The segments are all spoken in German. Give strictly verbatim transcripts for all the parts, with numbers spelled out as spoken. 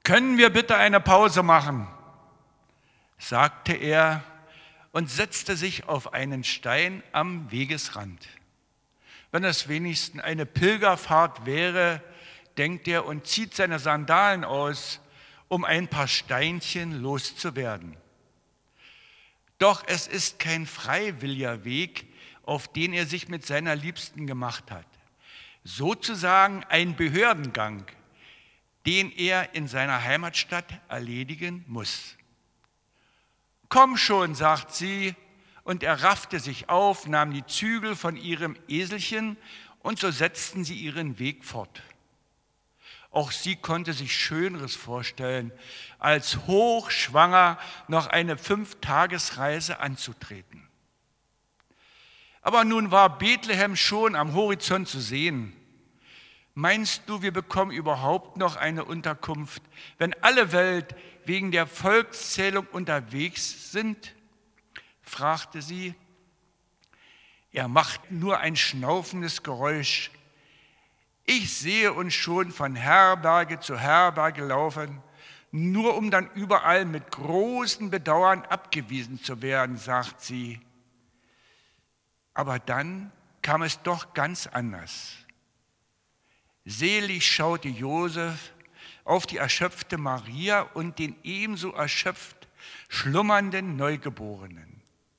Können wir bitte eine Pause machen?, sagte er und setzte sich auf einen Stein am Wegesrand. Wenn es wenigstens eine Pilgerfahrt wäre, denkt er und zieht seine Sandalen aus, um ein paar Steinchen loszuwerden. Doch es ist kein freiwilliger Weg, auf den er sich mit seiner Liebsten gemacht hat. Sozusagen ein Behördengang, den er in seiner Heimatstadt erledigen muss. Komm schon, sagt sie, und er raffte sich auf, nahm die Zügel von ihrem Eselchen und so setzten sie ihren Weg fort. Auch sie konnte sich Schöneres vorstellen, als hochschwanger noch eine Fünftagesreise anzutreten. Aber nun war Bethlehem schon am Horizont zu sehen. Meinst du, wir bekommen überhaupt noch eine Unterkunft, wenn alle Welt wegen der Volkszählung unterwegs sind?, fragte sie. Er macht nur ein schnaufendes Geräusch. Ich sehe uns schon von Herberge zu Herberge laufen, nur um dann überall mit großem Bedauern abgewiesen zu werden, sagt sie. Aber dann kam es doch ganz anders. Selig schaute Josef auf die erschöpfte Maria und den ebenso erschöpft schlummernden Neugeborenen.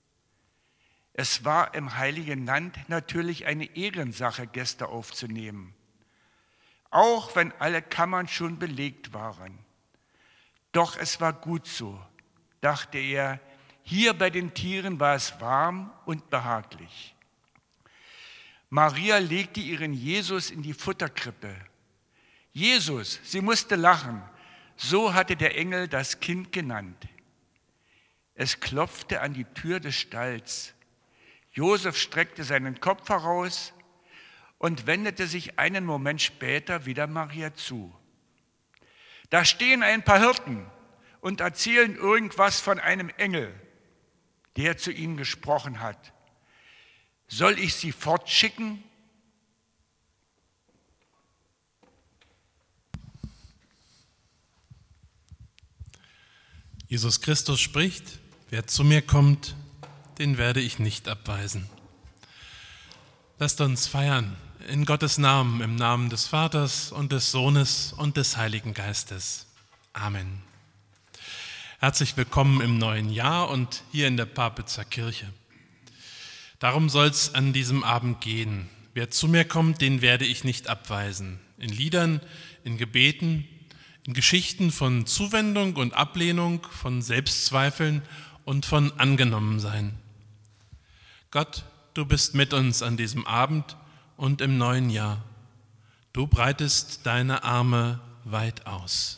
Es war im Heiligen Land natürlich eine Ehrensache, Gäste aufzunehmen, auch wenn alle Kammern schon belegt waren. Doch es war gut so, dachte er, hier bei den Tieren war es warm und behaglich. Maria legte ihren Jesus in die Futterkrippe. Jesus, sie musste lachen, so hatte der Engel das Kind genannt. Es klopfte an die Tür des Stalls. Josef streckte seinen Kopf heraus und wendete sich einen Moment später wieder Maria zu. Da stehen ein paar Hirten und erzählen irgendwas von einem Engel, der zu ihnen gesprochen hat. Soll ich sie fortschicken? Jesus Christus spricht, wer zu mir kommt, den werde ich nicht abweisen. Lasst uns feiern in Gottes Namen, im Namen des Vaters und des Sohnes und des Heiligen Geistes. Amen. Herzlich willkommen im neuen Jahr und hier in der Papitzer Kirche. Darum soll es an diesem Abend gehen. Wer zu mir kommt, den werde ich nicht abweisen. In Liedern, in Gebeten, in Geschichten von Zuwendung und Ablehnung, von Selbstzweifeln und von Angenommensein. Gott, du bist mit uns an diesem Abend und im neuen Jahr. Du breitest deine Arme weit aus.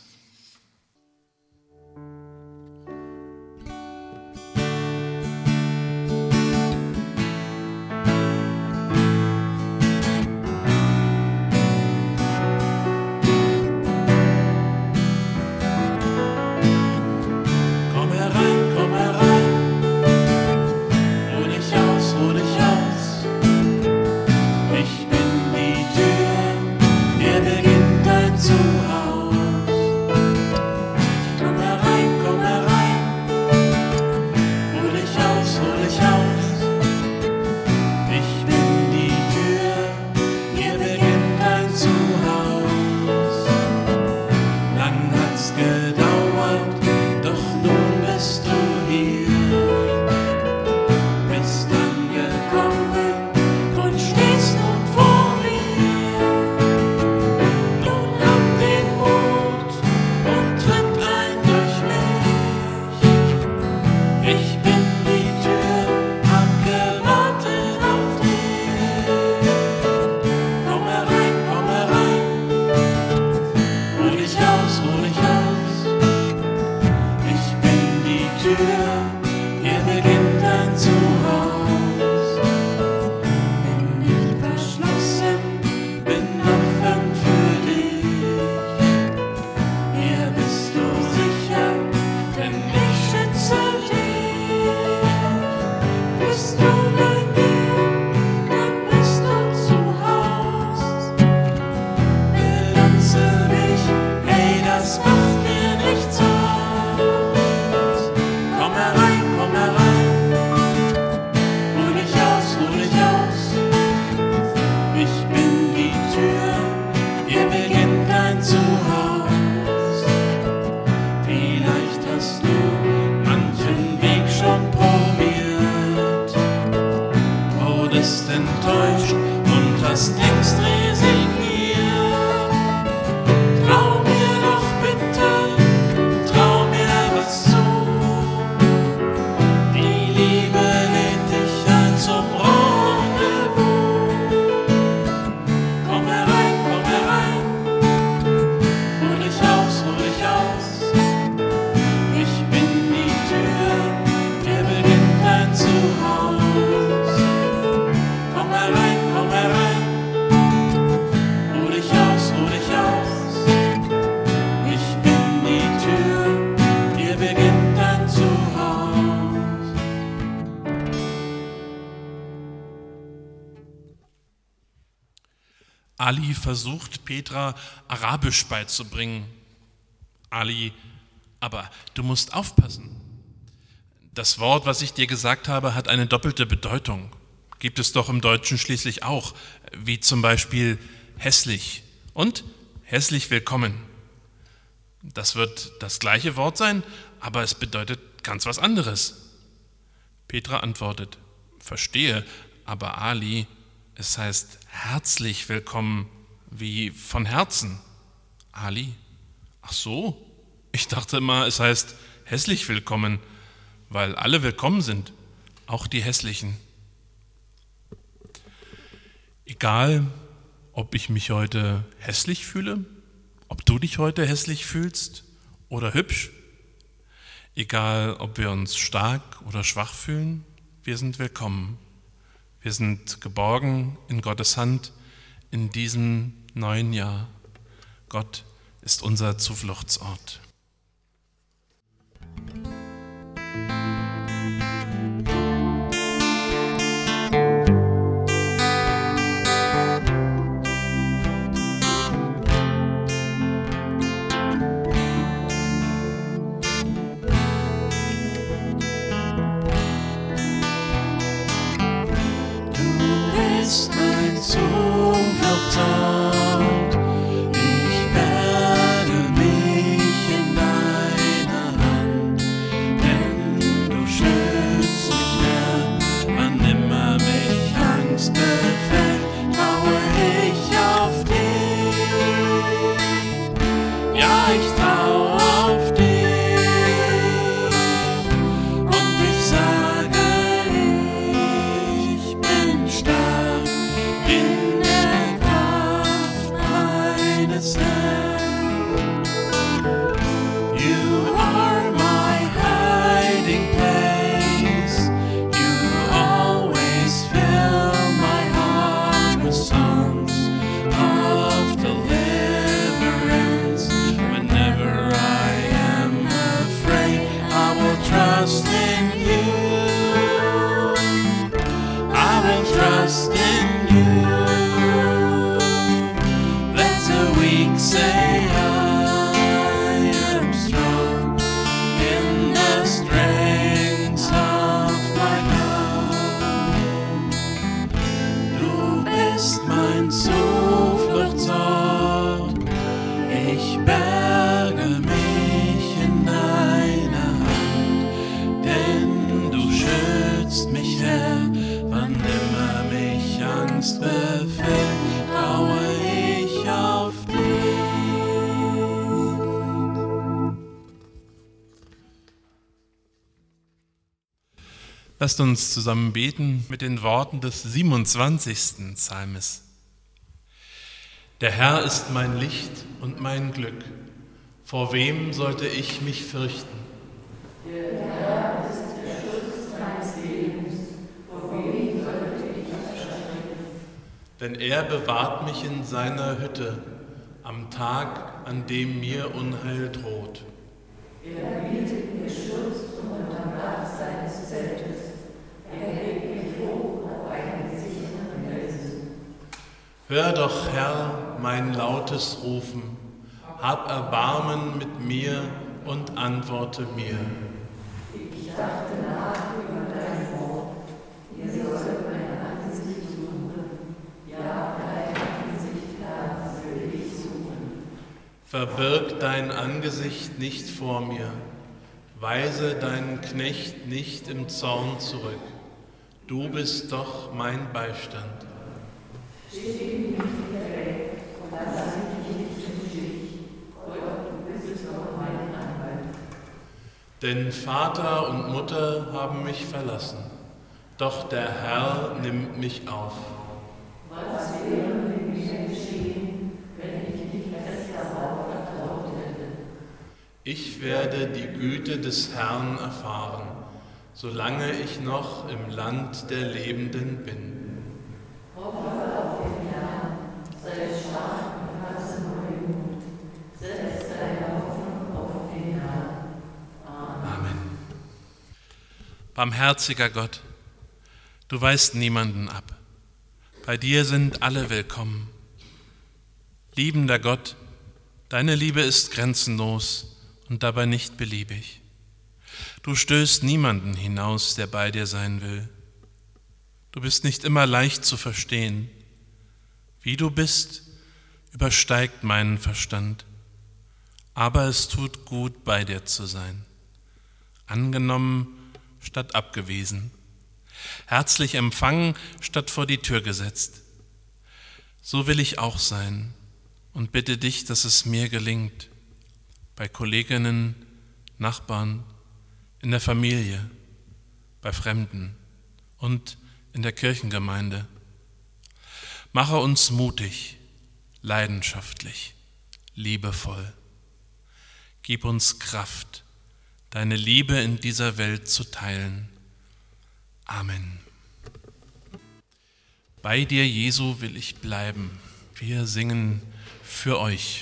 Ich bin die Tür, hier beginnt dein Zuhause. Ali versucht, Petra Arabisch beizubringen. Ali, aber du musst aufpassen. Das Wort, was ich dir gesagt habe, hat eine doppelte Bedeutung. Gibt es doch im Deutschen schließlich auch, wie zum Beispiel hässlich und hässlich willkommen. Das wird das gleiche Wort sein, aber es bedeutet ganz was anderes. Petra antwortet, verstehe, aber Ali, es heißt herzlich willkommen, wie von Herzen. Ali, ach so, ich dachte immer, es heißt hässlich willkommen, weil alle willkommen sind, auch die Hässlichen. Egal, ob ich mich heute hässlich fühle, ob du dich heute hässlich fühlst oder hübsch, egal, ob wir uns stark oder schwach fühlen, wir sind willkommen. Wir sind geborgen in Gottes Hand in diesem neuen Jahr. Gott ist unser Zufluchtsort. Zufluchtsort, ich berge mich in deine Hand, denn du schützt mich mehr, wann immer mich Angst befällt, traue ich auf dich, ja ich traue auf dich und ich sage, ich bin stark in der Kraft meines Herrn. You are my hiding place. You always fill my heart with songs of deliverance. Whenever I am afraid, I will trust in you. I will trust in you. Let the weak say I am strong in the strength of my God. Du bist mein Zufluchtsort, ich berge mich in deiner Hand, denn du schützt mich, Herr, wann immer mich Angst befällt, traue ich auf dich. Lasst uns zusammen beten mit den Worten des siebenundzwanzigsten Psalmes. Der Herr ist mein Licht und mein Glück. Vor wem sollte ich mich fürchten? Denn er bewahrt mich in seiner Hütte am Tag, an dem mir Unheil droht. Er bietet mir Schutz unterm Dach seines Zeltes. Er hebt mich hoch auf einen sicheren Felsen. Hör doch, Herr, mein lautes Rufen. Hab Erbarmen mit mir und antworte mir. Ich dachte nach über dein Wort. Ihr sollt mein Angesicht suchen. Ja, dein Angesicht, Herr, will ich suchen. Verbirg dein Angesicht nicht vor mir. Weise deinen Knecht nicht im Zorn zurück. Du bist doch mein Beistand. Steht ihm nicht weg und lass mich nicht im Stich. Gott, du bist doch mein Anwalt. Denn Vater und Mutter haben mich verlassen, doch der Herr nimmt mich auf. Was wäre mit mir geschehen, wenn ich nicht fest darauf vertraut hätte? Ich werde die Güte des Herrn erfahren, solange ich noch im Land der Lebenden bin. Hoffe auf den Herrn, sei stark und fasse neuen Mut. Setz deine Hoffnung auf den Herrn. Amen. Amen. Barmherziger Gott, du weist niemanden ab. Bei dir sind alle willkommen. Liebender Gott, deine Liebe ist grenzenlos und dabei nicht beliebig. Du stößt niemanden hinaus, der bei dir sein will. Du bist nicht immer leicht zu verstehen. Wie du bist, übersteigt meinen Verstand. Aber es tut gut, bei dir zu sein. Angenommen statt abgewiesen. Herzlich empfangen statt vor die Tür gesetzt. So will ich auch sein und bitte dich, dass es mir gelingt. Bei Kolleginnen, Nachbarn, in der Familie, bei Fremden und in der Kirchengemeinde. Mache uns mutig, leidenschaftlich, liebevoll. Gib uns Kraft, deine Liebe in dieser Welt zu teilen. Amen. Bei dir, Jesu, will ich bleiben. Wir singen für euch.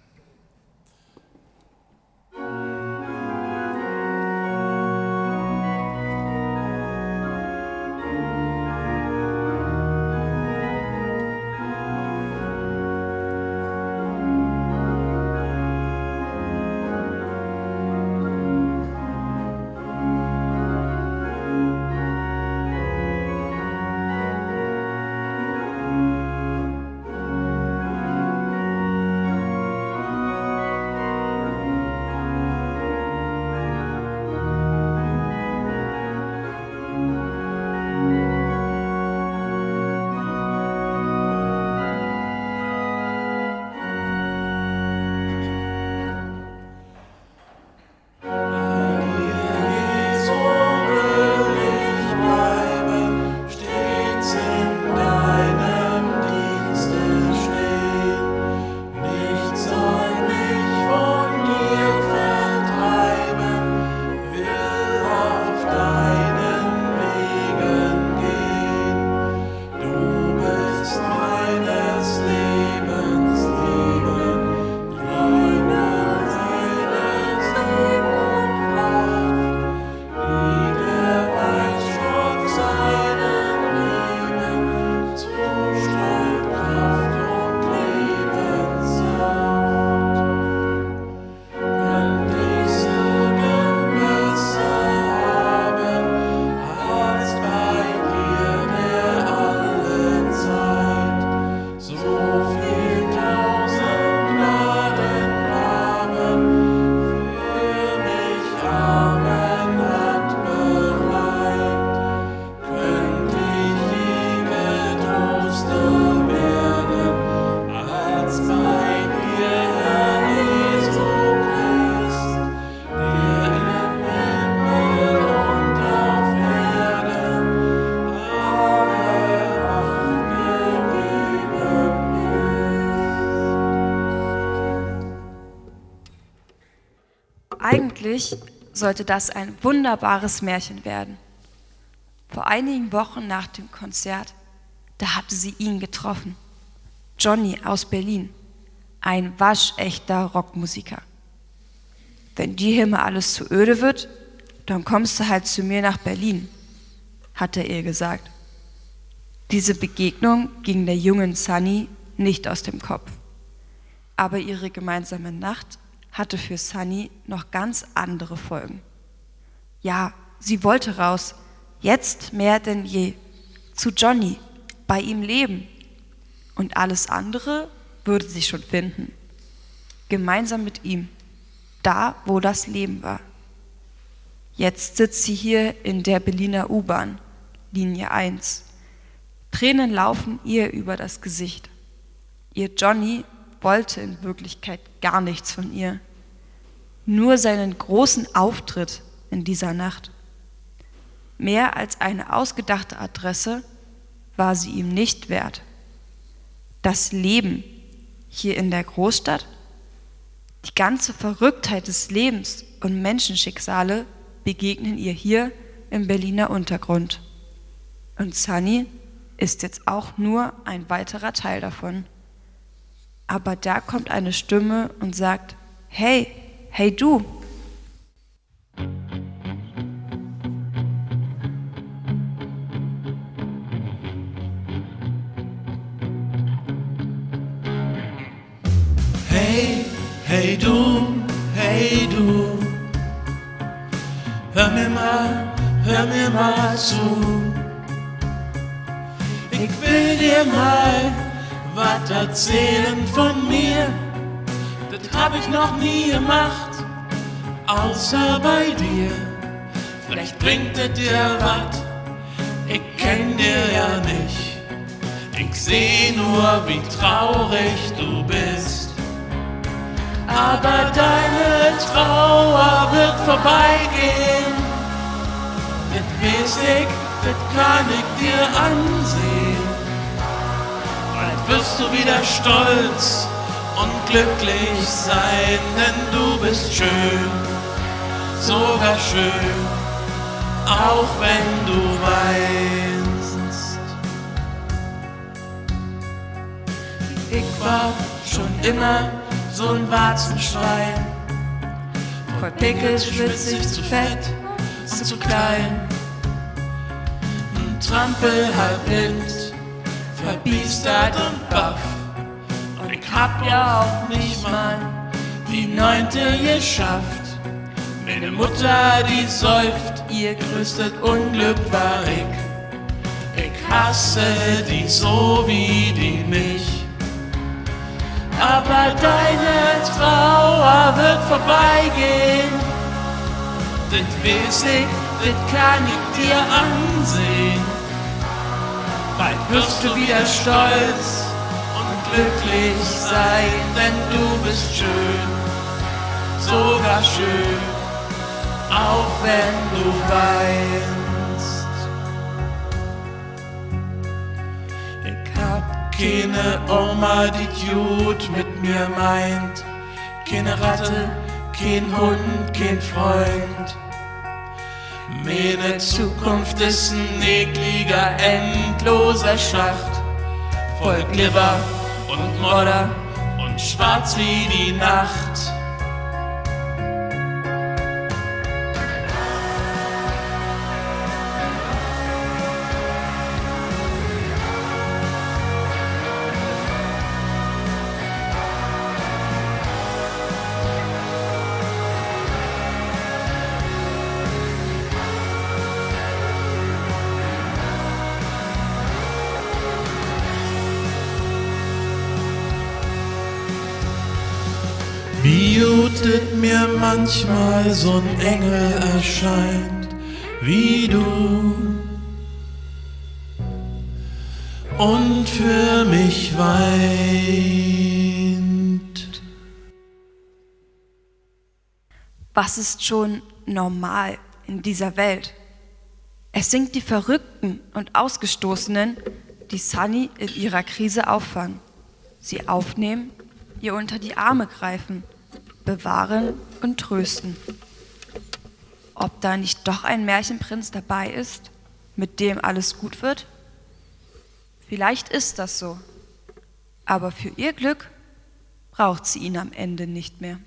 Eigentlich sollte das ein wunderbares Märchen werden. Vor einigen Wochen nach dem Konzert, da hatte sie ihn getroffen. Johnny aus Berlin, ein waschechter Rockmusiker. Wenn dir hier mal alles zu öde wird, dann kommst du halt zu mir nach Berlin, hat er ihr gesagt. Diese Begegnung ging der jungen Sunny nicht aus dem Kopf. Aber ihre gemeinsame Nacht hatte für Sunny noch ganz andere Folgen. Ja, sie wollte raus, jetzt mehr denn je, zu Johnny, bei ihm leben. Und alles andere würde sie schon finden. Gemeinsam mit ihm, da wo das Leben war. Jetzt sitzt sie hier in der Berliner U-Bahn, Linie eins. Tränen laufen ihr über das Gesicht. Ihr Johnny wollte in Wirklichkeit gar nichts von ihr. Nur seinen großen Auftritt in dieser Nacht. Mehr als eine ausgedachte Adresse war sie ihm nicht wert. Das Leben hier in der Großstadt, die ganze Verrücktheit des Lebens und Menschenschicksale begegnen ihr hier im Berliner Untergrund. Und Sunny ist jetzt auch nur ein weiterer Teil davon. Aber da kommt eine Stimme und sagt, hey, hey du! Hey du, hey du, hör mir mal, hör mir mal zu. Ich will dir mal was erzählen von mir. Das hab ich noch nie gemacht, außer bei dir. Vielleicht bringt es dir was, ich kenn dir ja nicht. Ich seh nur, wie traurig du bist. Aber deine Trauer wird vorbeigehen. Das weiß ich, das kann ich dir ansehen. Bald wirst du wieder stolz und glücklich sein, denn du bist schön, sogar schön, auch wenn du weinst. Ich war schon immer so ein Warzenschwein, voll Pickel, schwitzig, zu fett, zu klein. Ein Trampel, halb blind, verbiestert und baff. Und ich hab ja auch nicht mal die neunte geschafft. Meine Mutter, die säuft, ihr größtes Unglück war ich. Ich hasse die so wie die mich. Aber deine Trauer wird vorbeigehen. Das weiß ich, das kann ich dir ansehen. Bald wirst du wieder stolz und glücklich sein, denn du bist schön, sogar schön, auch wenn du weinst. Ich hab keine Oma, die gut mit mir meint, keine Ratte, kein Hund, kein Freund. Meine Zukunft ist ein ekliger, endloser Schacht, voll Glibber und Modder und schwarz wie die Nacht. Wie gut es mir manchmal so ein Engel erscheint, wie du, und für mich weint. Was ist schon normal in dieser Welt? Es sind die Verrückten und Ausgestoßenen, die Sunny in ihrer Krise auffangen, sie aufnehmen, ihr unter die Arme greifen, bewahren und trösten. Ob da nicht doch ein Märchenprinz dabei ist, mit dem alles gut wird? Vielleicht ist das so, aber für ihr Glück braucht sie ihn am Ende nicht mehr.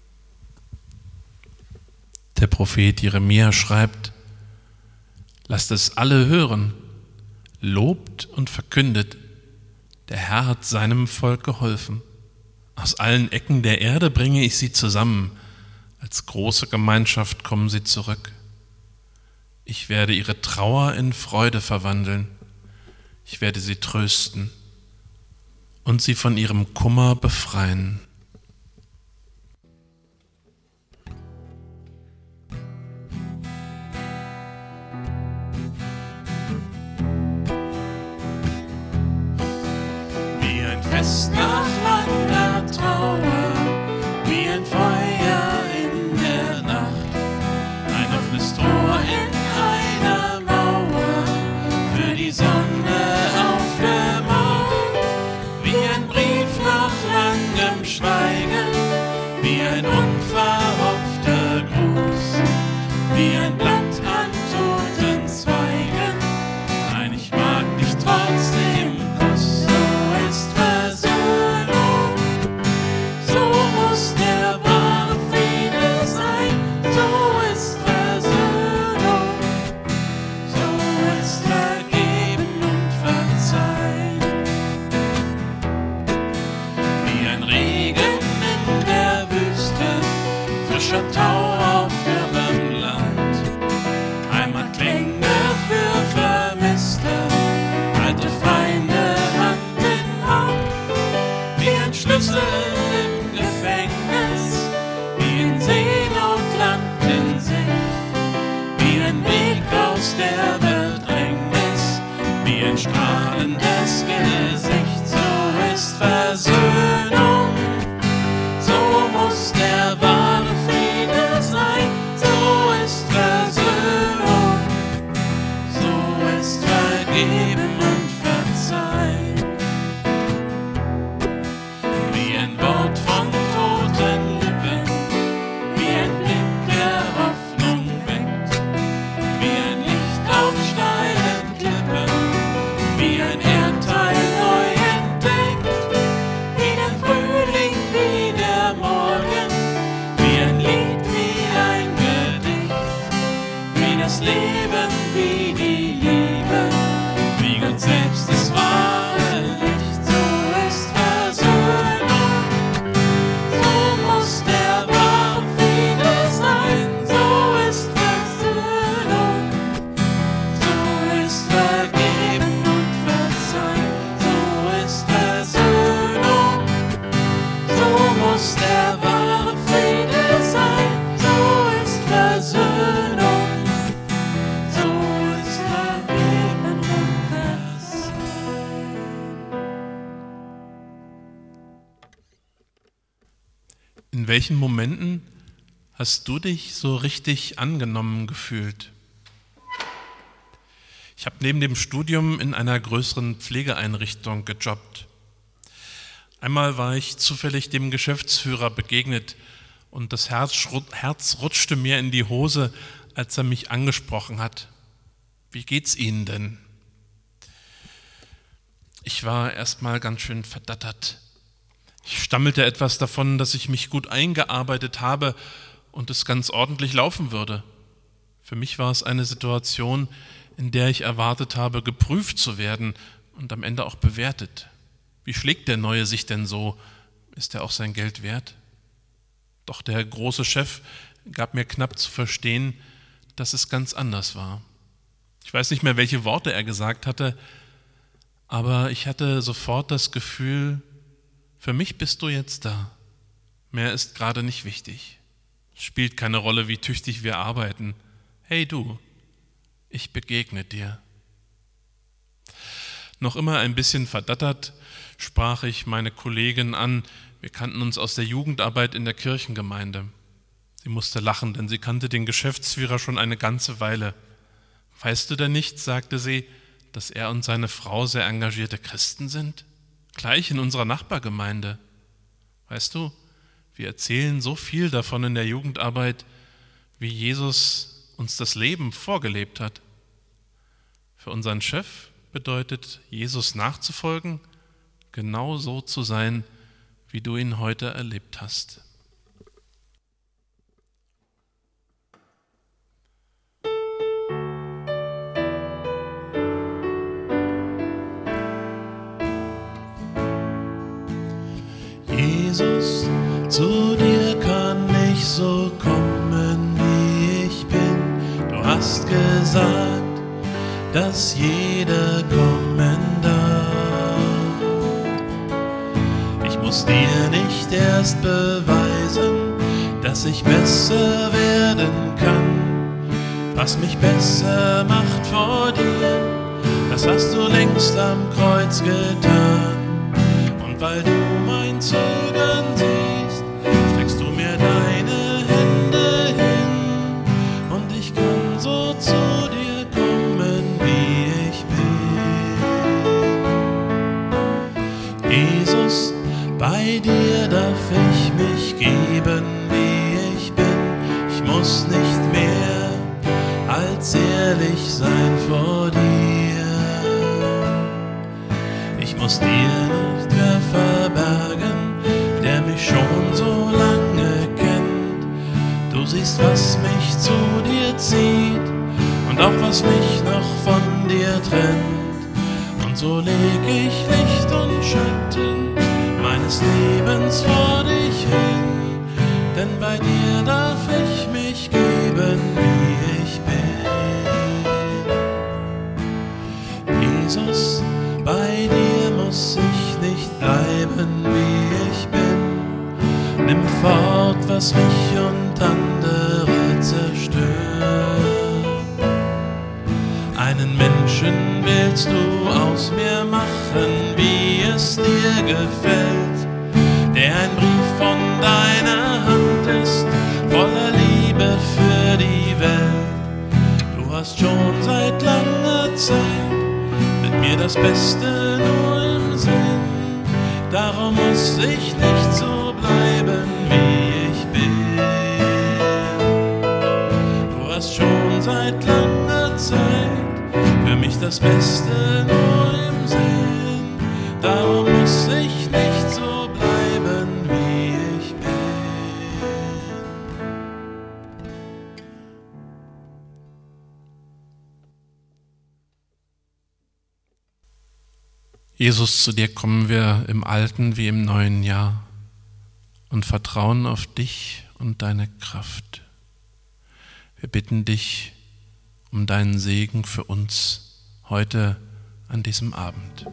Der Prophet Jeremia schreibt: Lasst es alle hören, lobt und verkündet, der Herr hat seinem Volk geholfen. Aus allen Ecken der Erde bringe ich sie zusammen, als große Gemeinschaft kommen sie zurück. Ich werde ihre Trauer in Freude verwandeln, ich werde sie trösten und sie von ihrem Kummer befreien. Wie ein Fest nach langer Trauer, wie ein Feuer in der Nacht, ein offenes Tor in einer Mauer, für die Sonne aufgemacht, wie ein Brief nach langem Schweigen, wie ein unverhoffter Gruß, wie ein Blatt an toten Zweigen. Nein, ich mag dich trotzdem, Kuss, so ist Versöhnung. So muss der wahre Friede sein, so ist Versöhnung. So ist vergeben und verzeihen. Wie ein Regen in der Wüste, frischer Tau auf dürrem Land. Heimatklänge für Vermisste, alte Feinde Hand in Hand, wie ein Schlüssel im Gefängnis, wie in Seenotland in Sicht, wie ein Weg aus der Bedrängnis, wie ein strahlendes Gesicht. So ist Versöhnung, so muss der wahre Friede sein. So ist Versöhnung, so ist Vergeben und Verzeihen. Wie ein Wort von toten Lippen, wie ein Blick, der Hoffnung weckt, wie ein Licht auf steilen Klippen, wie ein Erdteil neu entdeckt, wie der Frühling, wie der Morgen, wie ein Lied, wie ein Gedicht, wie das Leben, wie die Liebe, wie Gott selbst das wahre Licht. So ist Versöhnung, so muss der wahre Friede sein. So ist Versöhnung, so ist Vergeben und Verzeihen. So ist Versöhnung, so muss der wahre Friede sein. So ist Versöhnung, so ist Vergeben und Verzeihen. In welchen Momenten hast du dich so richtig angenommen gefühlt? Ich habe neben dem Studium in einer größeren Pflegeeinrichtung gejobbt. Einmal war ich zufällig dem Geschäftsführer begegnet und das Herz, schru- Herz rutschte mir in die Hose, als er mich angesprochen hat. Wie geht's Ihnen denn? Ich war erstmal ganz schön verdattert. Ich stammelte etwas davon, dass ich mich gut eingearbeitet habe und es ganz ordentlich laufen würde. Für mich war es eine Situation, in der ich erwartet habe, geprüft zu werden und am Ende auch bewertet. Wie schlägt der Neue sich denn so? Ist er auch sein Geld wert? Doch der große Chef gab mir knapp zu verstehen, dass es ganz anders war. Ich weiß nicht mehr, welche Worte er gesagt hatte, aber ich hatte sofort das Gefühl, für mich bist du jetzt da. Mehr ist gerade nicht wichtig. Es spielt keine Rolle, wie tüchtig wir arbeiten. Hey du, ich begegne dir. Noch immer ein bisschen verdattert sprach ich meine Kollegin an. Wir kannten uns aus der Jugendarbeit in der Kirchengemeinde. Sie musste lachen, denn sie kannte den Geschäftsführer schon eine ganze Weile. Weißt du denn nicht, sagte sie, dass er und seine Frau sehr engagierte Christen sind? Gleich in unserer Nachbargemeinde. Weißt du, wir erzählen so viel davon in der Jugendarbeit, wie Jesus uns das Leben vorgelebt hat. Für unseren Chef bedeutet Jesus nachzufolgen, genau so zu sein, wie du ihn heute erlebt hast. Jesus, zu dir kann ich so kommen, wie ich bin. Du hast gesagt, dass jeder kommen darf. Ich muss dir nicht erst beweisen, dass ich besser werden kann. Was mich besser macht vor dir, das hast du längst am Kreuz getan. Und weil du mein Zögern siehst, streckst du mir deine Hände hin. Und ich kann so zu dir kommen, wie ich bin. Jesus, bei dir darf ich mich geben, wie ich bin. Ich muss nicht mehr als ehrlich sein vor dir. Ich muss dir nicht mehr verbergen, der mich schon so lange kennt. Du siehst, was mich zu dir zieht und auch was mich noch von dir trennt. Und so leg ich Licht und Schatten meines Lebens vor dich hin. denn bei dir darf ich mich geben, wie ich bin. Jesus, bei dir muss ich nicht bleiben, wie ich bin. Nimm fort, was mich und andere zerstört. Einen Menschen willst du aus mir machen, wie es dir gefällt, der ein Brief von deiner Hand ist, voller Liebe für die Welt. Du hast schon seit langer Zeit mit mir das Beste nur im Sinn, darum muss ich nicht so bleiben, wie ich bin. Du hast schon seit langer Zeit für mich das Beste nur im Sinn, darum muss ich nicht so bleiben, wie ich bin. Jesus, zu dir kommen wir im alten wie im neuen Jahr und vertrauen auf dich und deine Kraft. Wir bitten dich um deinen Segen für uns heute an diesem Abend.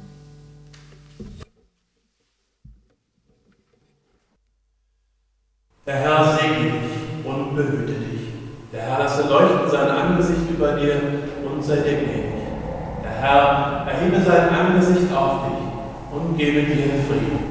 Der Herr segne dich und behüte dich. Der Herr lasse leuchten sein Angesicht über dir und sei dir gnädig. Der Herr erhebe sein Angesicht auf dich und gebe dir Frieden.